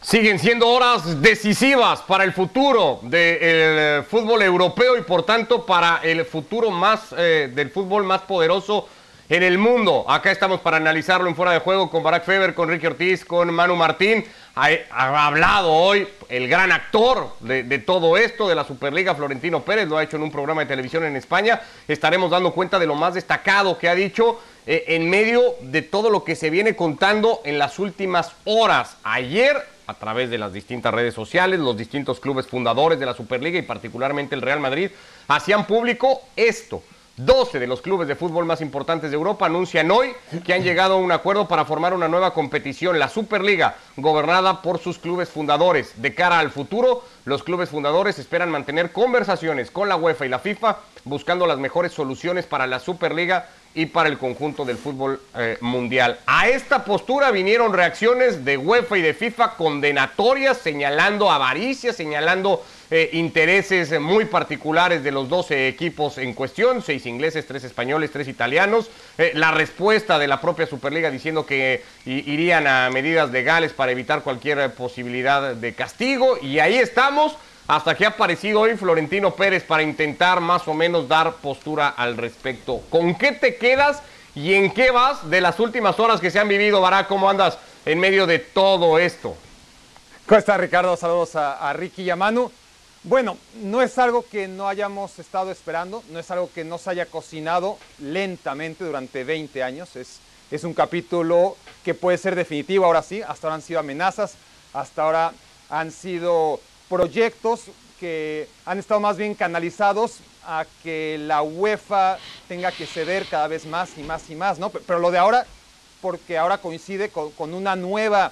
Siguen siendo horas decisivas para el futuro del fútbol europeo y por tanto para el futuro del fútbol más poderoso en el mundo. Acá estamos para analizarlo en Fuera de Juego con Barak Feber, con Ricky Ortiz, con Manu Martín. Ha hablado hoy el gran actor de todo esto, de la Superliga, Florentino Pérez, lo ha hecho en un programa de televisión en España. Estaremos dando cuenta de lo más destacado que ha dicho en medio de todo lo que se viene contando en las últimas horas. Ayer, a través de las distintas redes sociales, los distintos clubes fundadores de la Superliga y particularmente el Real Madrid, hacían público esto. 12 de los clubes de fútbol más importantes de Europa anuncian hoy que han llegado a un acuerdo para formar una nueva competición, la Superliga, gobernada por sus clubes fundadores. De cara al futuro, los clubes fundadores esperan mantener conversaciones con la UEFA y la FIFA, buscando las mejores soluciones para la Superliga y para el conjunto del fútbol mundial. A esta postura vinieron reacciones de UEFA y de FIFA condenatorias, señalando avaricia, señalando intereses muy particulares de los 12 equipos en cuestión, 6 ingleses, 3 españoles, 3 italianos. La respuesta de la propia Superliga diciendo que irían a medidas legales para evitar cualquier posibilidad de castigo. Y ahí estamos, hasta que ha aparecido hoy Florentino Pérez para intentar más o menos dar postura al respecto. ¿Con qué te quedas y en qué vas de las últimas horas que se han vivido, Barak? ¿Cómo andas en medio de todo esto? ¿Cómo estás, Ricardo? Saludos a Ricky y a Manu. Bueno, no es algo que no hayamos estado esperando, no es algo que no se haya cocinado lentamente durante 20 años. Es un capítulo que puede ser definitivo ahora sí. Hasta ahora han sido amenazas, hasta ahora han sido proyectos que han estado más bien canalizados a que la UEFA tenga que ceder cada vez más y más y más, ¿no? Pero lo de ahora, porque ahora coincide con una nueva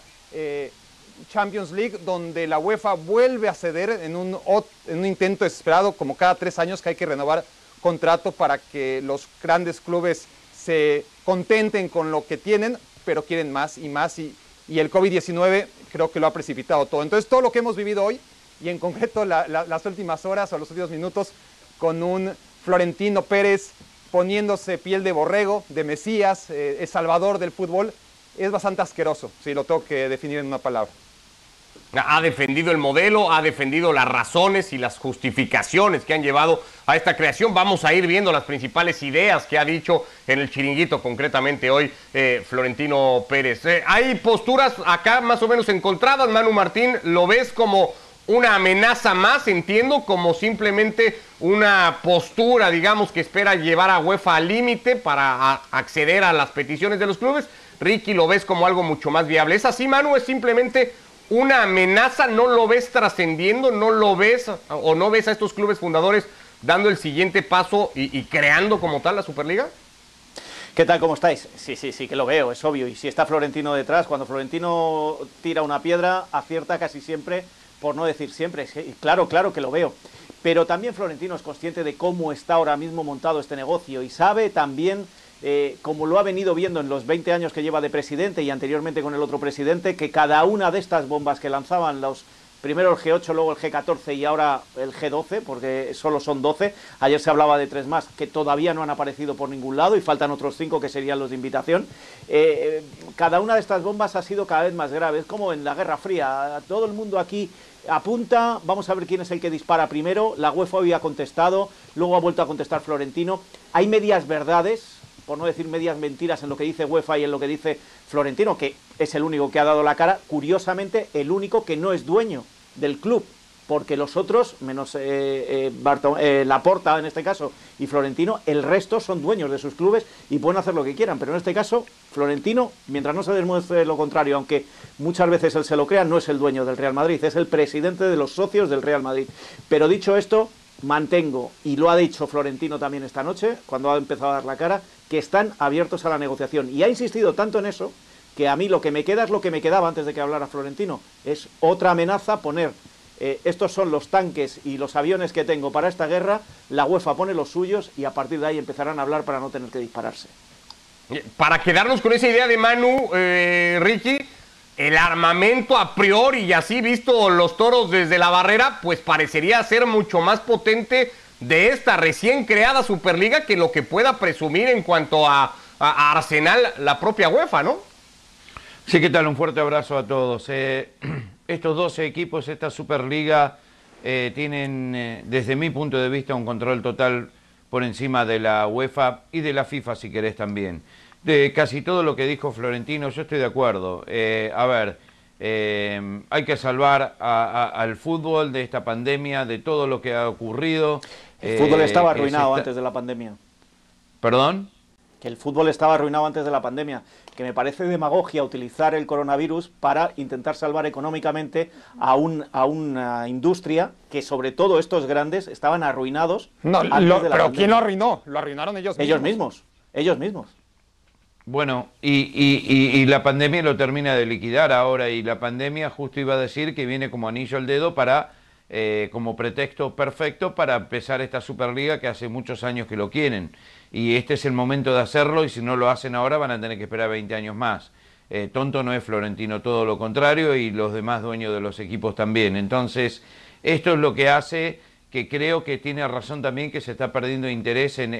Champions League, donde la UEFA vuelve a ceder en un intento desesperado, como cada 3 años que hay que renovar contrato para que los grandes clubes se contenten con lo que tienen, pero quieren más y más, y el COVID-19 creo que lo ha precipitado todo. Entonces todo lo que hemos vivido hoy, y en concreto las últimas horas o los últimos minutos, con un Florentino Pérez poniéndose piel de borrego, de Mesías, el salvador del fútbol, es bastante asqueroso, si lo tengo que definir en una palabra. Ha defendido el modelo, ha defendido las razones y las justificaciones que han llevado a esta creación. Vamos a ir viendo las principales ideas que ha dicho en el chiringuito, concretamente hoy, Florentino Pérez. Hay posturas acá más o menos encontradas. Manu Martín, ¿lo ves como una amenaza más? Entiendo, como simplemente una postura, digamos, que espera llevar a UEFA al límite para acceder a las peticiones de los clubes. Ricky, ¿lo ves como algo mucho más viable? ¿Es así, Manu? ¿Es simplemente una amenaza? ¿No lo ves trascendiendo? ¿No lo ves o no ves a estos clubes fundadores dando el siguiente paso y creando como tal la Superliga? ¿Qué tal? ¿Cómo estáis? Sí, que lo veo, es obvio. Y si está Florentino detrás, cuando Florentino tira una piedra, acierta casi siempre, por no decir siempre. Claro que lo veo. Pero también Florentino es consciente de cómo está ahora mismo montado este negocio y sabe también, como lo ha venido viendo en los 20 años que lleva de presidente y anteriormente con el otro presidente, que cada una de estas bombas que lanzaban primero el G8, luego el G14 y ahora el G12, porque solo son 12, ayer se hablaba de 3 más que todavía no han aparecido por ningún lado y faltan otros 5 que serían los de invitación. Cada una de estas bombas ha sido cada vez más grave, es como en la Guerra Fría, todo el mundo aquí apunta, vamos a ver quién es el que dispara primero. La UEFA hoy ha contestado, luego ha vuelto a contestar Florentino. Hay medias verdades, por no decir medias mentiras, en lo que dice UEFA y en lo que dice Florentino, que es el único que ha dado la cara, curiosamente el único que no es dueño del club, porque los otros, menos Laporta en este caso y Florentino, el resto son dueños de sus clubes y pueden hacer lo que quieran, pero en este caso Florentino, mientras no se demuestre lo contrario, aunque muchas veces él se lo crea, no es el dueño del Real Madrid, es el presidente de los socios del Real Madrid. Pero dicho esto, mantengo, y lo ha dicho Florentino también esta noche, cuando ha empezado a dar la cara, que están abiertos a la negociación. Y ha insistido tanto en eso, que a mí lo que me queda es lo que me quedaba antes de que hablara Florentino. Es otra amenaza poner, estos son los tanques y los aviones que tengo para esta guerra, la UEFA pone los suyos y a partir de ahí empezarán a hablar para no tener que dispararse. Para quedarnos con esa idea de Manu, Ricky, el armamento a priori y así visto los toros desde la barrera, pues parecería ser mucho más potente de esta recién creada Superliga que lo que pueda presumir en cuanto a arsenal la propia UEFA, ¿no? Sí, ¿qué tal? Un fuerte abrazo a todos. Estos 12 equipos, esta Superliga, tienen, desde mi punto de vista, un control total por encima de la UEFA y de la FIFA, si querés también. De casi todo lo que dijo Florentino, yo estoy de acuerdo. Hay que salvar al fútbol de esta pandemia, de todo lo que ha ocurrido. El fútbol estaba arruinado antes de la pandemia. ¿Perdón? Que el fútbol estaba arruinado antes de la pandemia, que me parece demagogia utilizar el coronavirus para intentar salvar económicamente a una industria que, sobre todo estos grandes, estaban arruinados. No, antes de la pero pandemia. ¿quién lo arruinó? Lo arruinaron ellos mismos. Ellos mismos. Bueno, y la pandemia lo termina de liquidar ahora, y la pandemia justo iba a decir que viene como anillo al dedo para, como pretexto perfecto para empezar esta Superliga que hace muchos años que lo quieren. Y este es el momento de hacerlo, y si no lo hacen ahora van a tener que esperar 20 años más. Tonto no es Florentino, todo lo contrario, y los demás dueños de los equipos también. Entonces, esto es lo que hace que creo que tiene razón también, que se está perdiendo interés en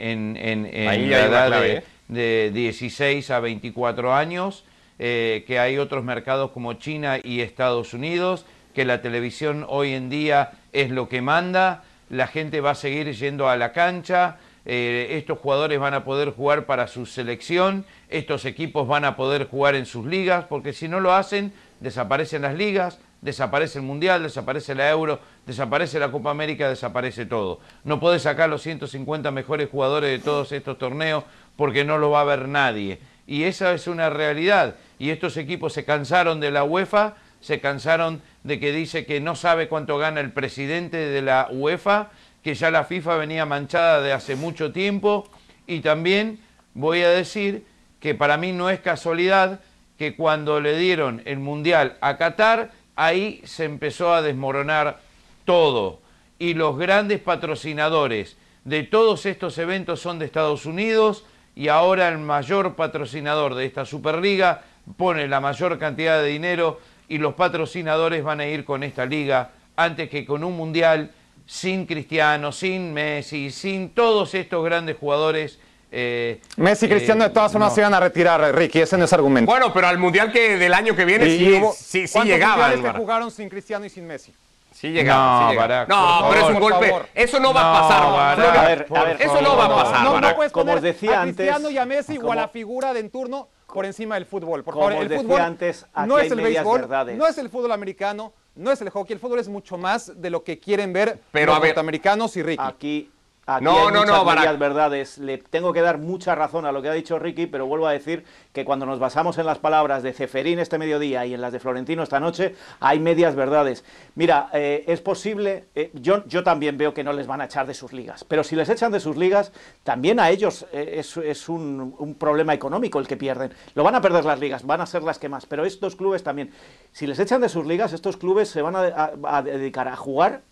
la edad de 16 a 24 años, que hay otros mercados como China y Estados Unidos, que la televisión hoy en día es lo que manda, la gente va a seguir yendo a la cancha, estos jugadores van a poder jugar para su selección, estos equipos van a poder jugar en sus ligas, porque si no lo hacen, desaparecen las ligas, desaparece el Mundial, desaparece la Euro, desaparece la Copa América, desaparece todo. No podés sacar los 150 mejores jugadores de todos estos torneos porque no lo va a ver nadie. Y esa es una realidad. Y estos equipos se cansaron de la UEFA, se cansaron de que dice que no sabe cuánto gana el presidente de la UEFA, que ya la FIFA venía manchada de hace mucho tiempo. Y también voy a decir que para mí no es casualidad que cuando le dieron el Mundial a Qatar, ahí se empezó a desmoronar todo. Y los grandes patrocinadores de todos estos eventos son de Estados Unidos, y ahora el mayor patrocinador de esta Superliga pone la mayor cantidad de dinero, y los patrocinadores van a ir con esta liga antes que con un Mundial sin Cristiano, sin Messi, sin todos estos grandes jugadores. Messi y Cristiano de todas formas se iban a retirar, Ricky, ese no es argumento. Bueno, pero al Mundial que del año que viene sí llegaban. ¿Cuántos mundiales que jugaron sin Cristiano y sin Messi? Sí llegaban, sí llegaban. No, pero es un golpe. Favor. Eso no va a pasar. A ver, eso no va a pasar. No puedes como poner os decía a Cristiano antes, y a Messi o a la figura de en turno por encima del fútbol. Por favor, el fútbol antes, no es el medias béisbol, verdades. no es el fútbol americano, no es el hockey. El fútbol es mucho más de lo que quieren ver pero los norteamericanos y Ricky. Aquí hay muchas medias verdades. Le tengo que dar mucha razón a lo que ha dicho Ricky, pero vuelvo a decir que cuando nos basamos en las palabras de Ceferín este mediodía y en las de Florentino esta noche, hay medias verdades. Mira, es posible, yo también veo que no les van a echar de sus ligas, pero si les echan de sus ligas, también a ellos es un problema económico el que pierden. Lo van a perder las ligas, van a ser las que más, pero estos clubes también. Si les echan de sus ligas, estos clubes se van a dedicar a jugar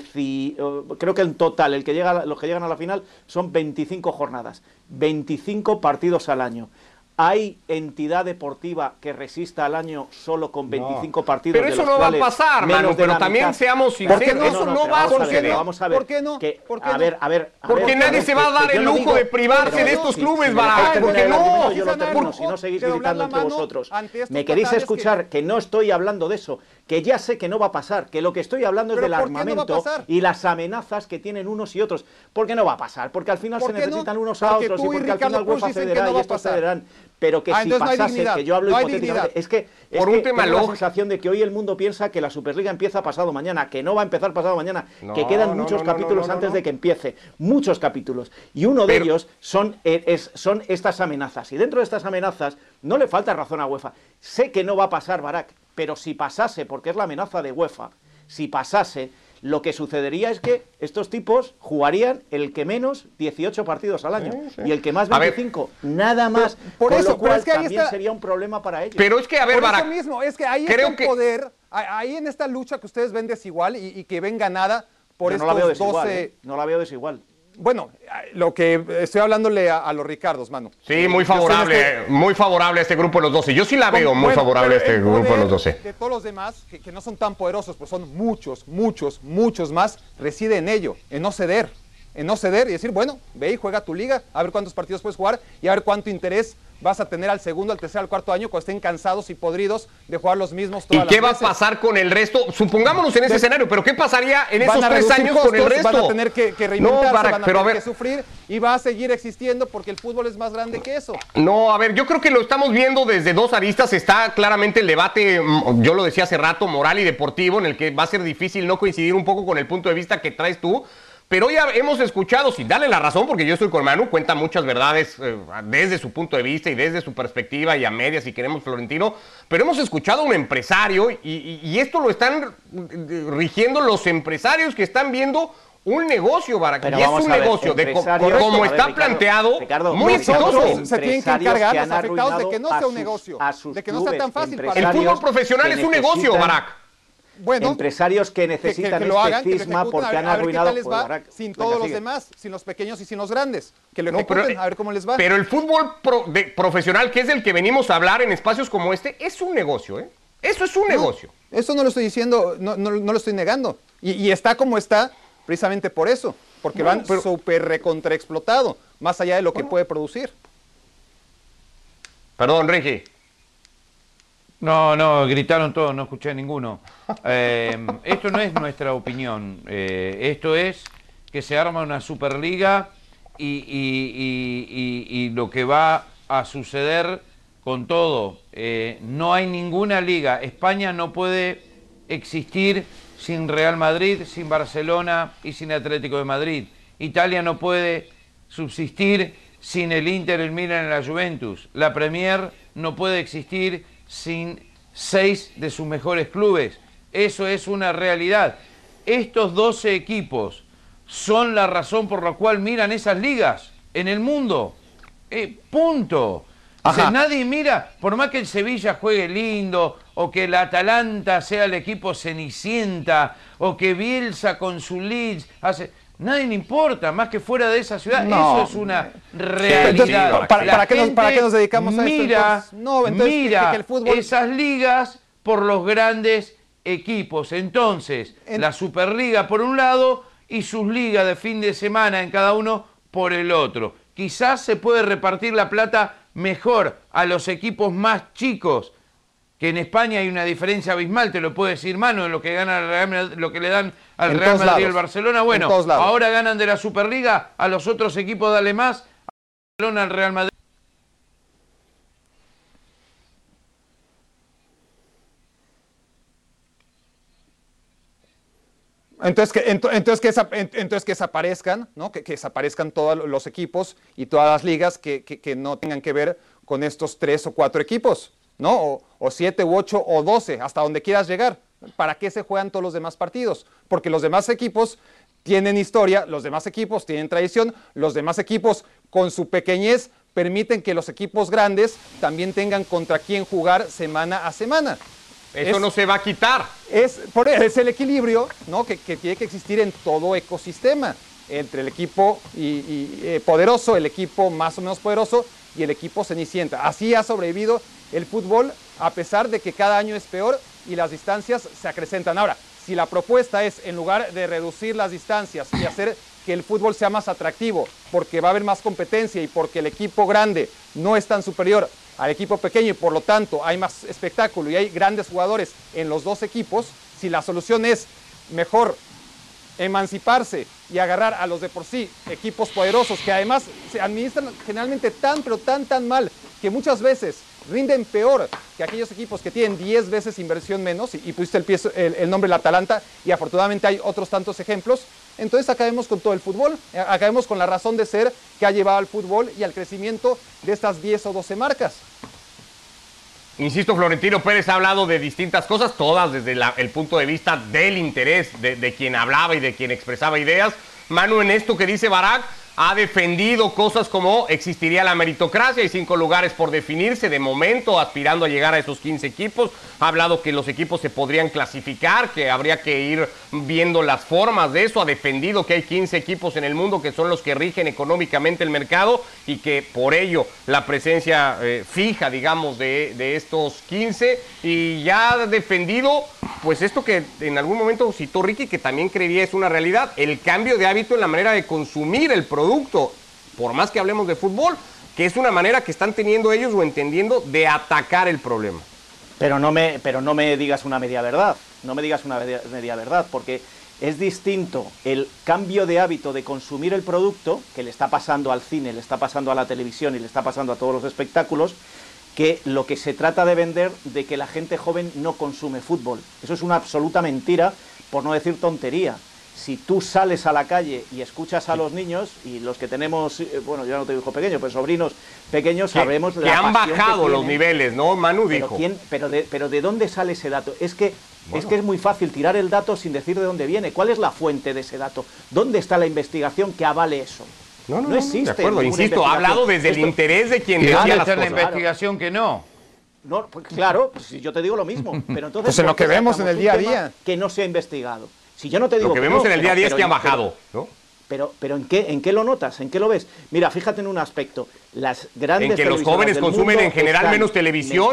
creo que en total los que llegan a la final son 25 jornadas, 25 partidos al año. ¿Hay entidad deportiva que resista al año solo con 25 partidos? Pero eso no va a pasar, Manu, pero también seamos sinceros. Eso no va a suceder. Vamos a ver. ¿Por qué no? A ver. Porque nadie se va a dar el lujo de privarse de estos clubes, Barak. Porque no. Yo lo termino, si no seguís gritando entre vosotros. ¿Me queréis escuchar? Que no estoy hablando de eso. Que ya sé que no va a pasar. Que lo que estoy hablando es del armamento y las amenazas que tienen unos y otros. ¿Por qué no va a pasar? Porque al final se necesitan unos a otros y porque al final UEFA cederá y estos cederán. Pero que si pasase, que yo hablo hipotéticamente, es que tengo la sensación de que hoy el mundo piensa que la Superliga empieza pasado mañana, que no va a empezar pasado mañana, que quedan muchos capítulos antes de que empiece, muchos capítulos, y uno de ellos son estas amenazas, y dentro de estas amenazas no le falta razón a UEFA. Sé que no va a pasar, Barak, pero si pasase, porque es la amenaza de UEFA, si pasase, lo que sucedería es que estos tipos jugarían el que menos 18 partidos al año y el que más 25, nada más. Por eso, lo cual pero es que ahí también está, sería un problema para ellos. Pero es que, a ver, por Barak, eso mismo, es que ahí está el poder, ahí en esta lucha que ustedes ven desigual y que ven ganada por estos 12... No la veo desigual. Bueno, lo que estoy hablándole a los Ricardos, Manu. Sí, muy favorable a este grupo de los 12. Yo sí la veo muy favorable a este grupo de los 12. De todos los demás, que no son tan poderosos, pues son muchos más, reside en ello, en no ceder y decir, bueno, ve y juega tu liga, a ver cuántos partidos puedes jugar y a ver cuánto interés vas a tener al segundo, al tercer, al cuarto año cuando estén cansados y podridos de jugar los mismos todas ¿Y qué las va veces. a pasar con el resto? Supongámonos en ese escenario, pero ¿qué pasaría en esos 3 años costos, con el resto? van a tener que reinventarse, No, Barak, van a pero tener que sufrir y va a seguir existiendo porque el fútbol es más grande que eso. No, a ver, yo creo que lo estamos viendo desde dos aristas. Está claramente el debate, yo lo decía hace rato, moral y deportivo, en el que va a ser difícil no coincidir un poco con el punto de vista que traes tú. Pero ya hemos escuchado, sin darle la razón, porque yo estoy con Manu, cuenta muchas verdades desde su punto de vista y desde su perspectiva y a medias, si queremos, Florentino. Pero hemos escuchado a un empresario y esto lo están rigiendo los empresarios que están viendo un negocio, Barak. Pero Y es vamos un a ver, negocio, empresarios- como a ver, está Ricardo, planteado, Ricardo, muy exitoso. Nosotros se tienen que encargar han los afectados de que arruinado no sea a un negocio, sus de que no sea tan clubes, fácil para El empresarios fútbol profesional que es un negocio, necesitan- Barak. Bueno, empresarios que necesitan que lo hagan, que lo cisma ejecuten, porque han a ver qué arruinado. tal les Pues, va Barak, sin venga, todos los sigue. demás, sin los pequeños y sin los grandes. Que lo No, ejecuten, a ver cómo les va. Pero el fútbol profesional, que es del que venimos a hablar en espacios como este, es un negocio, ¿eh? Eso es un negocio. Eso no lo estoy diciendo, no lo estoy negando. Y está como está precisamente por eso, porque lo han súper recontraexplotado, más allá de lo que puede producir. Perdón, Ricky. No, gritaron todos, no escuché ninguno. Esto no es nuestra opinión, esto es que se arma una Superliga y lo que va a suceder con todo. No hay ninguna liga, España no puede existir sin Real Madrid, sin Barcelona y sin Atlético de Madrid. Italia no puede subsistir sin el Inter, el Milan y la Juventus. La Premier no puede existir sin 6 de sus mejores clubes. Eso es una realidad. Estos 12 equipos son la razón por la cual miran esas ligas en el mundo. Punto. O sea, nadie mira, por más que el Sevilla juegue lindo, o que el Atalanta sea el equipo cenicienta, o que Bielsa con su Leeds hace... Nadie le importa, más que fuera de esa ciudad. No. Eso es una realidad. Entonces, ¿para qué nos dedicamos a esto? Mira, Entonces, no, entonces, mira que el fútbol... esas ligas por los grandes equipos. Entonces, la Superliga por un lado y sus ligas de fin de semana en cada uno por el otro. Quizás se puede repartir la plata mejor a los equipos más chicos, que en España hay una diferencia abismal, te lo puede decir Manu, en lo que gana el Real Madrid, lo que le dan al Real Madrid y al Barcelona. Bueno, ahora ganan de la Superliga, a los otros equipos dale más, al Barcelona, al Real Madrid. Entonces que desaparezcan, ¿no? Que desaparezcan todos los equipos y todas las ligas que no tengan que ver con estos 3 o 4 equipos, ¿no? O 7 u 8 o 12, hasta donde quieras llegar. ¿Para qué se juegan todos los demás partidos? Porque los demás equipos tienen historia, los demás equipos tienen tradición, los demás equipos con su pequeñez permiten que los equipos grandes también tengan contra quién jugar semana a semana. Eso no se va a quitar. Es el equilibrio, ¿no? que tiene que existir en todo ecosistema, entre el equipo poderoso, el equipo más o menos poderoso y el equipo cenicienta. Así ha sobrevivido el fútbol, a pesar de que cada año es peor y las distancias se acrecentan. Ahora, si la propuesta es, en lugar de reducir las distancias y hacer que el fútbol sea más atractivo, porque va a haber más competencia y porque el equipo grande no es tan superior al equipo pequeño y por lo tanto hay más espectáculo y hay grandes jugadores en los dos equipos, si la solución es mejor emanciparse y agarrar a los de por sí equipos poderosos que además se administran generalmente tan mal que muchas veces rinden peor que aquellos equipos que tienen 10 veces inversión menos, y pusiste el nombre del Atalanta y afortunadamente hay otros tantos ejemplos. Entonces acabemos con todo el fútbol, acabemos con la razón de ser que ha llevado al fútbol y al crecimiento de estas 10 o 12 marcas. Insisto, Florentino Pérez ha hablado de distintas cosas, todas desde el punto de vista del interés de quien hablaba y de quien expresaba ideas. Manu, en esto que dice Barak, ha defendido cosas como existiría la meritocracia y 5 lugares por definirse, de momento aspirando a llegar a esos 15 equipos. Ha hablado que los equipos se podrían clasificar, que habría que ir viendo las formas de eso. Ha defendido que hay 15 equipos en el mundo que son los que rigen económicamente el mercado y que por ello la presencia fija, digamos, de estos 15. Y ya ha defendido, pues esto que en algún momento citó Ricky, que también creería es una realidad, el cambio de hábito en la manera de consumir el producto. Por más que hablemos de fútbol, que es una manera que están teniendo ellos o entendiendo de atacar el problema. Pero no me digas una media verdad, no me digas una media verdad, porque es distinto el cambio de hábito de consumir el producto, que le está pasando al cine, le está pasando a la televisión y le está pasando a todos los espectáculos, que lo que se trata de vender de que la gente joven no consume fútbol. Eso es una absoluta mentira, por no decir tontería. Si tú sales a la calle y escuchas a los niños, y los que tenemos, bueno, yo no tengo hijo pequeño, pero sobrinos pequeños, sabemos que han bajado los niveles, ¿no? Manu dijo. Pero ¿de dónde sale ese dato? Es que es muy fácil tirar el dato sin decir de dónde viene. ¿Cuál es la fuente de ese dato? ¿Dónde está la investigación que avale eso? No existe. De acuerdo, insisto, ha hablado desde el interés de quien decía las cosas. La investigación que no. No, pues claro, pues yo te digo lo mismo. Pero entonces, pues en lo que vemos en el día a día. Que no se ha investigado. Si yo no te digo lo que vemos en el día a día es que ha bajado, ¿no? Pero ¿en qué lo notas? ¿En qué lo ves? Mira, fíjate en un aspecto. Las grandes en que los jóvenes consumen en general menos televisión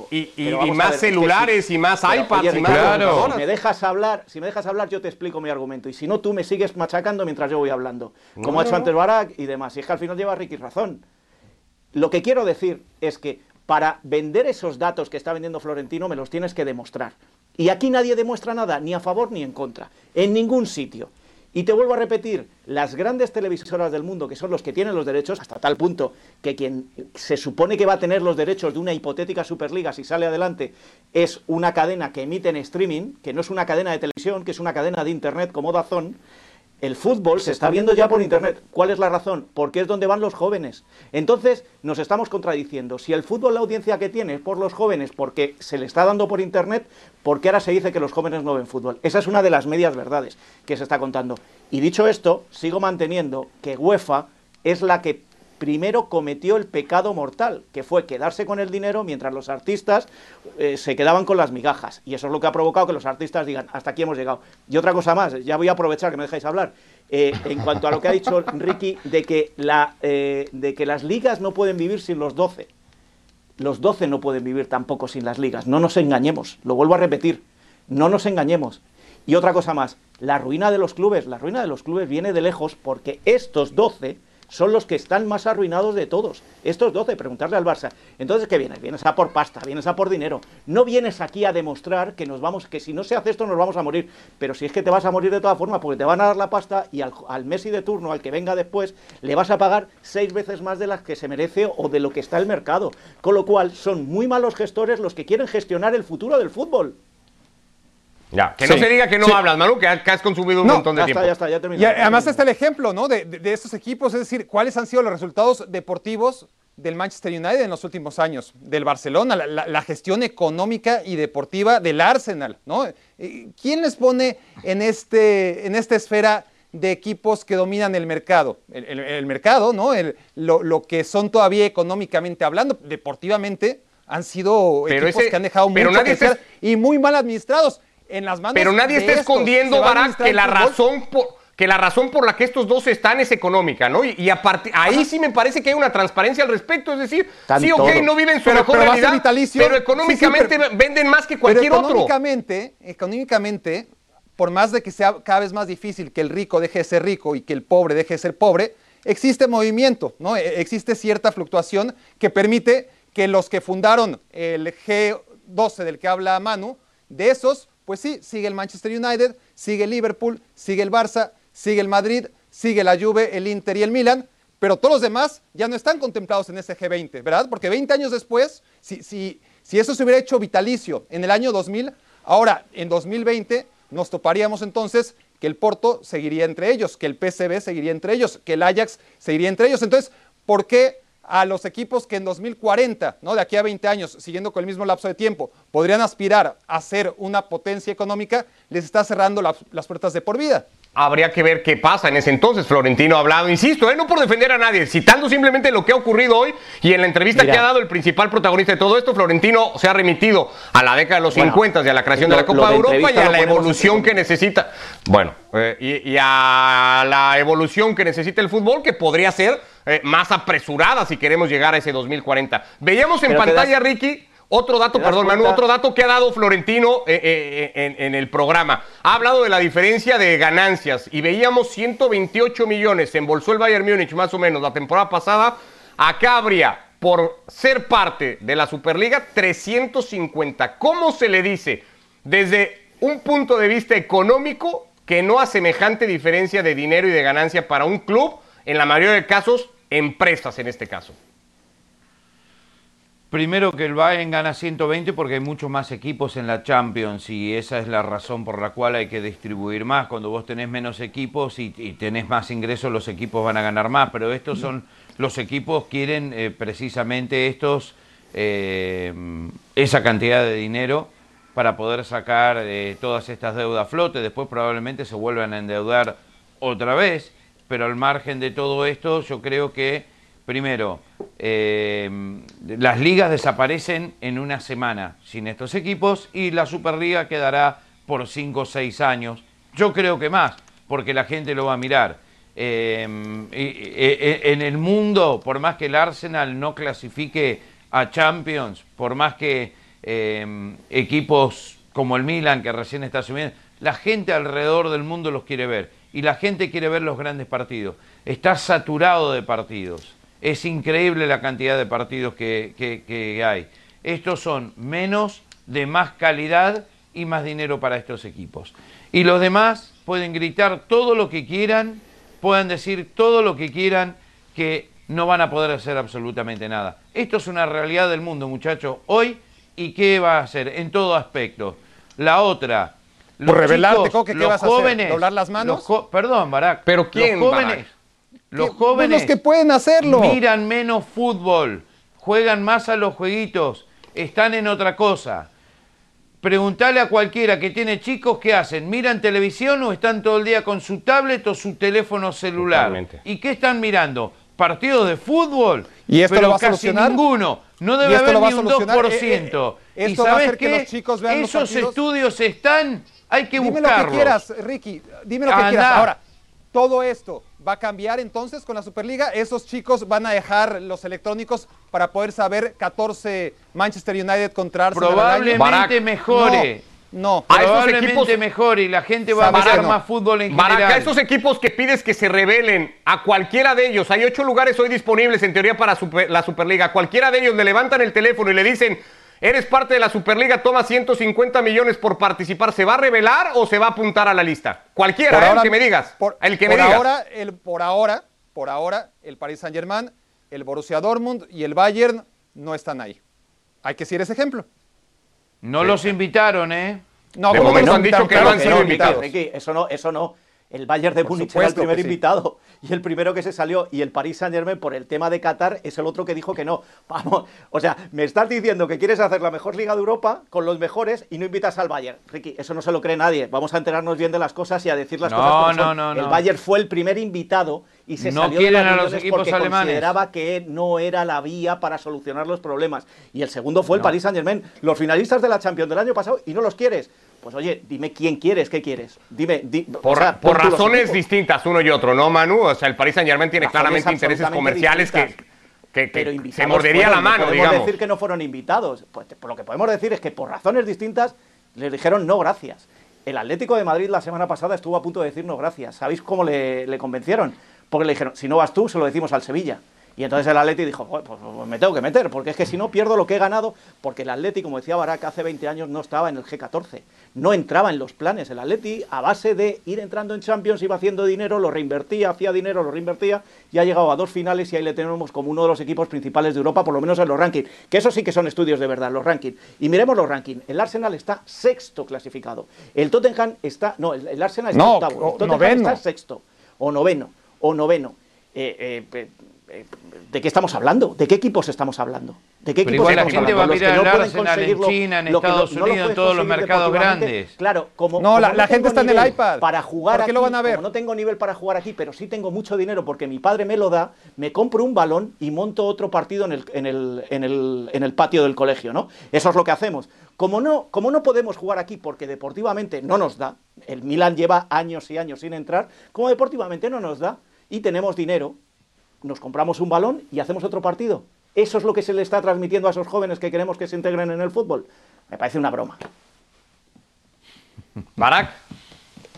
y más celulares y más iPads y más... Claro. Si me dejas hablar, yo te explico mi argumento. Y si no, tú me sigues machacando mientras yo voy hablando. Como ha hecho antes Barak y demás. Y es que al final lleva Ricky razón. Lo que quiero decir es que para vender esos datos que está vendiendo Florentino me los tienes que demostrar. Y aquí nadie demuestra nada, ni a favor ni en contra, en ningún sitio. Y te vuelvo a repetir, las grandes televisoras del mundo, que son los que tienen los derechos, hasta tal punto que quien se supone que va a tener los derechos de una hipotética Superliga si sale adelante, es una cadena que emite en streaming, que no es una cadena de televisión, que es una cadena de internet como DAZN. El fútbol se está viendo ya por internet. ¿Cuál es la razón? Porque es donde van los jóvenes. Entonces, nos estamos contradiciendo. Si el fútbol, la audiencia que tiene es por los jóvenes porque se le está dando por internet, ¿por qué ahora se dice que los jóvenes no ven fútbol? Esa es una de las medias verdades que se está contando. Y dicho esto, sigo manteniendo que UEFA es la que primero cometió el pecado mortal, que fue quedarse con el dinero mientras los artistas se quedaban con las migajas. Y eso es lo que ha provocado que los artistas digan, hasta aquí hemos llegado. Y otra cosa más, ya voy a aprovechar que me dejáis hablar, en cuanto a lo que ha dicho Ricky, de que las ligas no pueden vivir sin los 12. Los 12 no pueden vivir tampoco sin las ligas. No nos engañemos, lo vuelvo a repetir, no nos engañemos. Y otra cosa más, la ruina de los clubes viene de lejos porque estos 12... son los que están más arruinados de todos. Estos 12, preguntarle al Barça. Entonces, ¿qué vienes? Vienes a por pasta, vienes a por dinero. No vienes aquí a demostrar que que si no se hace esto nos vamos a morir. Pero si es que te vas a morir de todas formas, porque te van a dar la pasta y al Messi de turno, al que venga después, le vas a pagar 6 veces más de las que se merece o de lo que está el mercado. Con lo cual, son muy malos gestores los que quieren gestionar el futuro del fútbol. Ya, que no se diga que no hablas, Manu, que has consumido un montón de tiempo. Ya terminé. Y además está el ejemplo, ¿no? de estos equipos, es decir, cuáles han sido los resultados deportivos del Manchester United en los últimos años, del Barcelona, la gestión económica y deportiva del Arsenal, ¿no? ¿Quién les pone en esta esfera de equipos que dominan el mercado? El mercado, ¿no? Lo que son todavía económicamente hablando, deportivamente, han sido equipos que han dejado mucho que desear y muy mal administrados. En las manos. Pero nadie está escondiendo, Barak, que la razón por la que estos dos están es económica, ¿no? Ahí sí me parece que hay una transparencia al respecto, es decir, sí, ok, no viven su mejor realidad, pero económicamente venden más que cualquier otro. Económicamente, por más de que sea cada vez más difícil que el rico deje de ser rico y que el pobre deje de ser pobre, existe movimiento, ¿no? Existe cierta fluctuación que permite que los que fundaron el G12 del que habla Manu, de esos, pues sí, sigue el Manchester United, sigue el Liverpool, sigue el Barça, sigue el Madrid, sigue la Juve, el Inter y el Milan, pero todos los demás ya no están contemplados en ese G20, ¿verdad? Porque 20 años después, si eso se hubiera hecho vitalicio en el año 2000, ahora en 2020 nos toparíamos entonces que el Porto seguiría entre ellos, que el PSV seguiría entre ellos, que el Ajax seguiría entre ellos. Entonces, ¿por qué a los equipos que en 2040, ¿no? De aquí a 20 años, siguiendo con el mismo lapso de tiempo, podrían aspirar a ser una potencia económica, les está cerrando las puertas de por vida? Habría que ver qué pasa en ese entonces. Florentino ha hablado, insisto, no por defender a nadie, citando simplemente lo que ha ocurrido hoy, y en la entrevista que ha dado el principal protagonista de todo esto, Florentino se ha remitido a la década de los 50 y a la creación de la Copa de Europa y a la evolución que necesita. Bueno, y a la evolución que necesita el fútbol, que podría ser más apresurada si queremos llegar a ese 2040. Veíamos en pantalla, Ricky, otro dato, perdón, Manu, otro dato que ha dado Florentino en el programa. Ha hablado de la diferencia de ganancias y veíamos 128 millones, se embolsó el Bayern Múnich más o menos la temporada pasada Acá habría, por ser parte de la Superliga, 350. ¿Cómo se le dice desde un punto de vista económico que no a semejante diferencia de dinero y de ganancia para un club, en la mayoría de casos, empresas en este caso? Primero que el Bayern gana 120 porque hay muchos más equipos en la Champions y esa es la razón por la cual hay que distribuir más. Cuando vos tenés menos equipos y tenés más ingresos, los equipos van a ganar más, pero estos son, los equipos quieren precisamente esa cantidad de dinero para poder sacar todas estas deudas a flote. Después probablemente se vuelvan a endeudar otra vez, pero al margen de todo esto yo creo que primero, las ligas desaparecen en una semana sin estos equipos y la Superliga quedará por 5 o 6 años. Yo creo que más, porque la gente lo va a mirar. En el mundo, por más que el Arsenal no clasifique a Champions, por más que equipos como el Milan, que recién está subiendo, la gente alrededor del mundo los quiere ver. Y la gente quiere ver los grandes partidos. Está saturado de partidos. Es increíble la cantidad de partidos que hay. Estos son menos, de más calidad y más dinero para estos equipos. Y los demás pueden gritar todo lo que quieran, pueden decir todo lo que quieran, que no van a poder hacer absolutamente nada. Esto es una realidad del mundo, muchachos, hoy, y qué va a hacer en todo aspecto. La otra, por revelarte, chicos, Coque, ¿qué vas a hacer? ¿Doblar las manos? Perdón, Barak. ¿Pero quién, Barak? Los jóvenes los que pueden hacerlo. Miran menos fútbol, juegan más a los jueguitos, están en otra cosa. Preguntale a cualquiera que tiene chicos qué hacen, ¿miran televisión o están todo el día con su tablet o su teléfono celular? Totalmente. ¿Y qué están mirando? ¿Partidos de fútbol? ¿Y esto pero lo va a casi solucionar? Ninguno. No ¿Y debe esto haber lo va ni a un solucionar? 2%. ¿Y esto va a sabes hacer que qué? los chicos vean los Esos partidos. estudios están, hay que Dime buscarlos. lo que quieras, Ricky. Dime lo que quieras. Ahora, todo esto va a cambiar entonces con la Superliga. Esos chicos van a dejar los electrónicos para poder saber 14 Manchester United contra Arsenal. Probablemente mejore. No. A esos Probablemente equipos mejor y la gente va a Sabes mirar que no. más fútbol en Para general. acá esos equipos que pides que se rebelen a cualquiera de ellos, hay 8 lugares hoy disponibles en teoría para la Superliga, a cualquiera de ellos le levantan el teléfono y le dicen, eres parte de la Superliga, toma 150 millones por participar, ¿se va a revelar o se va a apuntar a la lista? Cualquiera, el que me digas. El que me digas. Por ahora, el Paris Saint-Germain, el Borussia Dortmund y el Bayern no están ahí. Hay que seguir ese ejemplo. No los invitaron, ¿eh? No, De ¿cómo momento nos han dicho invitaron? que no han sido no, invitados. Ricky, eso no. El Bayern de Por Múnich era el supuesto primer que sí. invitado y el primero que se salió, y el Paris Saint-Germain por el tema de Qatar es el otro que dijo que no. Vamos, o sea, me estás diciendo que quieres hacer la mejor liga de Europa con los mejores y no invitas al Bayern. Ricky, eso no se lo cree nadie. Vamos a enterarnos bien de las cosas y a decir las cosas como son. No. El Bayern fue el primer invitado y se No salió de quieren las a los reuniones equipos porque alemanes. consideraba que no era la vía para solucionar los problemas. Y el segundo fue el Paris Saint-Germain, los finalistas de la Champions del año pasado, y no los quieres. Pues oye, dime quién quieres, qué quieres. Dime, Por pon tú los razones equipos. distintas, uno y otro, ¿no, Manu? O sea, el Paris Saint-Germain tiene Razones claramente intereses absolutamente comerciales distintas. que Pero se invitados mordería fueron, la no mano, podemos digamos. decir que no fueron invitados. Pues por lo que podemos decir es que por razones distintas les dijeron no gracias. El Atlético de Madrid la semana pasada estuvo a punto de decir no gracias. ¿Sabéis cómo le convencieron? Porque le dijeron, si no vas tú, se lo decimos al Sevilla. Y entonces el Atleti dijo, pues me tengo que meter, porque es que si no pierdo lo que he ganado, porque el Atleti, como decía Barak, hace 20 años no estaba en el G14, no entraba en los planes. El Atleti, a base de ir entrando en Champions, iba haciendo dinero, lo reinvertía, hacía dinero, lo reinvertía, y ha llegado a 2 finales y ahí le tenemos como uno de los equipos principales de Europa, por lo menos en los rankings, que eso sí que son estudios de verdad, los rankings. Y miremos los rankings, el Arsenal está 6º clasificado, el Tottenham está, no, el Arsenal está 8º, el Tottenham noveno. está 6º, o noveno. ¿De qué estamos hablando? ¿De qué equipos estamos hablando? ¿De qué Pero equipos igual la estamos gente va a hablando? Los que mirar no el pueden Arsenal en conseguirlo, China, en lo que Estados no lo Unidos, en puedes todos los conseguir mercados deportivamente. grandes. Claro, como No, la como gente tengo está en el nivel iPad. para jugar ¿Por qué aquí, lo van a ver? como no tengo nivel para jugar aquí, pero sí tengo mucho dinero porque mi padre me lo da, me compro un balón y monto otro partido en el patio del colegio, ¿no? Eso es lo que hacemos. Como no podemos jugar aquí porque deportivamente no nos da, el Milan lleva años y años sin entrar, como deportivamente no nos da y tenemos dinero, nos compramos un balón y hacemos otro partido. Eso es lo que se le está transmitiendo a esos jóvenes que queremos que se integren en el fútbol. Me parece una broma. Barak.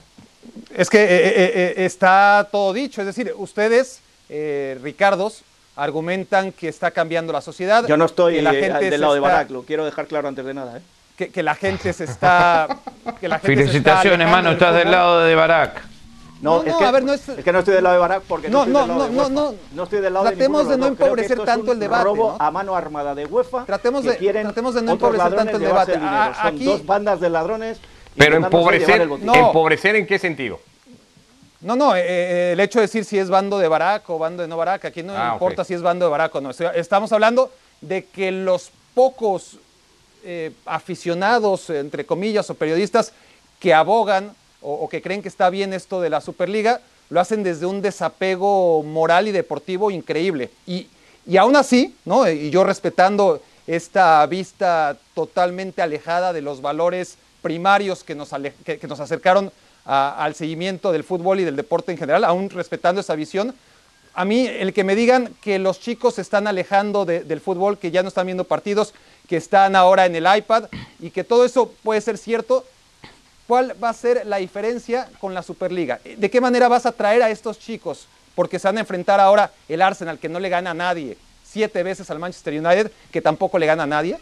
Es que está todo dicho. Es decir, ustedes, Ricardos, argumentan que está cambiando la sociedad. Yo no estoy que la gente del lado de Barak, lo quiero dejar claro antes de nada. Que la gente se está... Felicitaciones, mano, estás del lado de Barak. No, es que, a ver, no es que no estoy del lado de Barak porque no estoy del lado de UEFA. No estoy del lado de ninguno Tratemos de no empobrecer dos. tanto el debate. Robo ¿no? a mano armada de UEFA. Tratemos de no otros empobrecer tanto el debate. Son Aquí, dos bandas de ladrones. Pero ¿empobrecer en qué sentido? El hecho de decir si es bando de Barak o bando de no Barak, aquí no importa si es bando de Barak o no. Estamos hablando de que los pocos aficionados, entre comillas, o periodistas que abogan o que creen que está bien esto de la Superliga, lo hacen desde un desapego moral y deportivo increíble. Y aún así, ¿no? Y yo respetando esta vista totalmente alejada de los valores primarios que nos acercaron al seguimiento del fútbol y del deporte en general, aún respetando esa visión, a mí el que me digan que los chicos se están alejando del fútbol, que ya no están viendo partidos, que están ahora en el iPad y que todo eso puede ser cierto, ¿cuál va a ser la diferencia con la Superliga? ¿De qué manera vas a traer a estos chicos? Porque se van a enfrentar ahora el Arsenal, que no le gana a nadie, 7 veces al Manchester United, que tampoco le gana a nadie.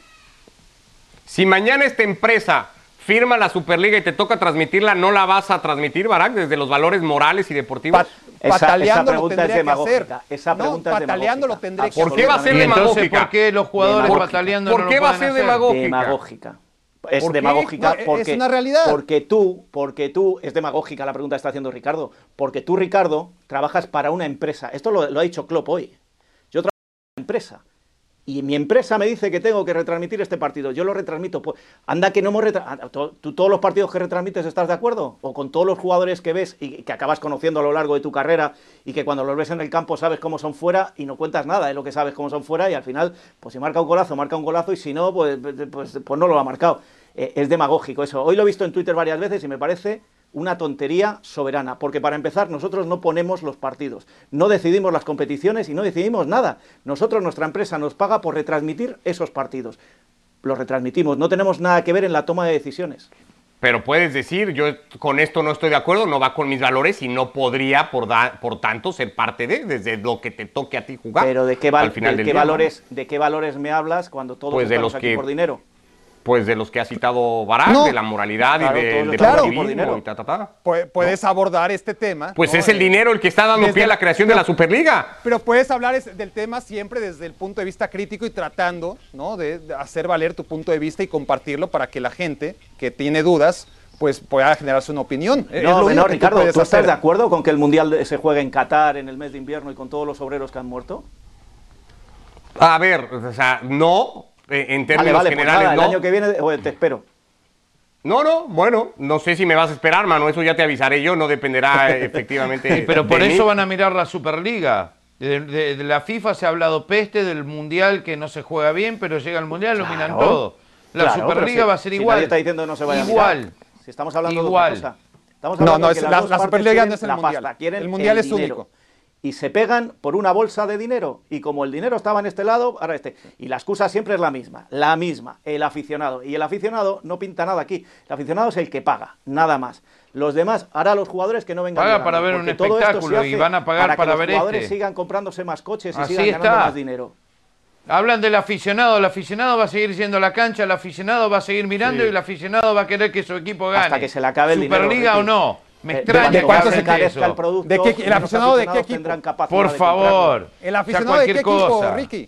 Si mañana esta empresa firma la Superliga y te toca transmitirla, ¿no la vas a transmitir, Barak, desde los valores morales y deportivos? Pataleando lo tendría que hacer. Esa pregunta es pataleando lo tendré que hacer. ¿Por qué va a ser demagógica? ¿Por qué los jugadores pataleando ¿Por qué va a ser demagógica? Es demagógica porque es una realidad. Porque tú, es demagógica la pregunta que está haciendo Ricardo, porque tú, Ricardo, trabajas para una empresa. Esto lo ha dicho Klopp hoy. Yo trabajo para una empresa. Y mi empresa me dice que tengo que retransmitir este partido. Yo lo retransmito. Pues, anda que no hemos retransmitido. ¿Tú todos los partidos que retransmites estás de acuerdo? ¿O con todos los jugadores que ves y que acabas conociendo a lo largo de tu carrera y que cuando los ves en el campo sabes cómo son fuera y no cuentas nada de lo que sabes cómo son fuera y al final, pues si marca un golazo y si no, pues no lo ha marcado. Es demagógico eso. Hoy lo he visto en Twitter varias veces y me parece una tontería soberana, porque para empezar nosotros no ponemos los partidos, no decidimos las competiciones y no decidimos nada. Nosotros, nuestra empresa nos paga por retransmitir esos partidos. Los retransmitimos, no tenemos nada que ver en la toma de decisiones. Pero puedes decir, yo con esto no estoy de acuerdo, no va con mis valores y no podría, por tanto, ser parte desde lo que te toque a ti jugar. Pero ¿de qué valores me hablas cuando todos estamos aquí por dinero? Pues de los que ha citado Barak, de la moralidad y del deportivismo y Puedes abordar este tema. Pues es el dinero el que está dando pie a la creación de la Superliga. Pero puedes hablar del tema siempre desde el punto de vista crítico y tratando, ¿no?, de hacer valer tu punto de vista y compartirlo para que la gente que tiene dudas pues pueda generarse una opinión. No, Ricardo, ¿tú estás de acuerdo con que el Mundial se juegue en Qatar en el mes de invierno y con todos los obreros que han muerto? A ver, o sea, no... En términos generales, pues nada, el año que viene te espero. Bueno, no sé si me vas a esperar, mano, eso ya te avisaré yo, no dependerá efectivamente. Sí, pero por de eso mí. van a mirar la Superliga. De la FIFA se ha hablado peste, del Mundial que no se juega bien, pero llega el Mundial, lo miran todo. La Superliga va a ser igual. Nadie está diciendo no se vaya igual. A mirar. Si estamos hablando de otra cosa. Estamos hablando de que la Superliga no es el Mundial. Pasta, el Mundial es único. Y se pegan por una bolsa de dinero. Y como el dinero estaba en este lado, ahora este. Y la excusa siempre es la misma, el aficionado. Y el aficionado no pinta nada aquí. El aficionado es el que paga, nada más. Los demás, ahora los jugadores que no vengan. Paga para ver un espectáculo y van a pagar para ver que los jugadores sigan comprándose más coches y así sigan ganando más dinero. Hablan del aficionado, el aficionado va a seguir yendo a la cancha, el aficionado va a seguir mirando y el aficionado va a querer que su equipo gane. Hasta que se le acabe el dinero. ¿Superliga o no? Me extraña ¿De cuánto se encarezca el producto? ¿El aficionado de qué equipo? Por favor. ¿El aficionado de qué equipo, Ricky?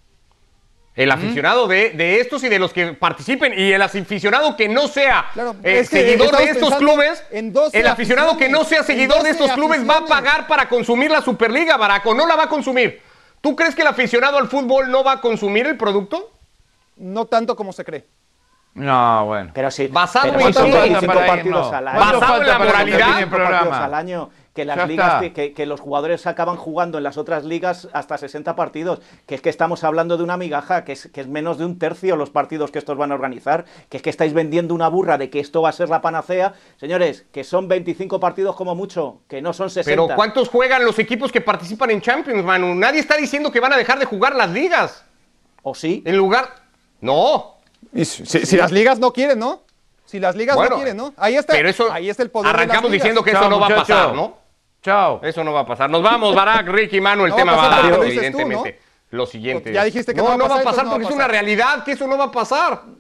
El aficionado de estos y de los que participen. Y el aficionado que no sea seguidor de estos clubes, el aficionado que no sea seguidor de estos clubes va a pagar para consumir la Superliga, Barak, o no la va a consumir. ¿Tú crees que el aficionado al fútbol no va a consumir el producto? No tanto como se cree. No, bueno. Pero sí. Basado en 25 partidos al año. Basado en la moralidad. Partidos al año. Que las ligas, que los jugadores acaban jugando en las otras ligas hasta 60 partidos. Que es que estamos hablando de una migaja, que es menos de un tercio los partidos que estos van a organizar. Que es que estáis vendiendo una burra de que esto va a ser la panacea. Señores, que son 25 partidos como mucho, que no son 60. Pero ¿cuántos juegan los equipos que participan en Champions, Manu? Nadie está diciendo que van a dejar de jugar las ligas. ¿O sí? En lugar... No. Si las ligas no quieren, ¿no? Si las ligas no quieren, ¿no? Ahí está, pero eso ahí está el poder arrancamos de las ligas. diciendo que eso no va a pasar, ¿no? Chao. Eso no va a pasar. Nos vamos, Barak, Ricky, Manu, el No tema va a va a pasar dar, porque lo dices tú, evidentemente. Lo siguiente. Ya dijiste que no va a pasar entonces no va porque a es una pasar. realidad, que eso no va a pasar.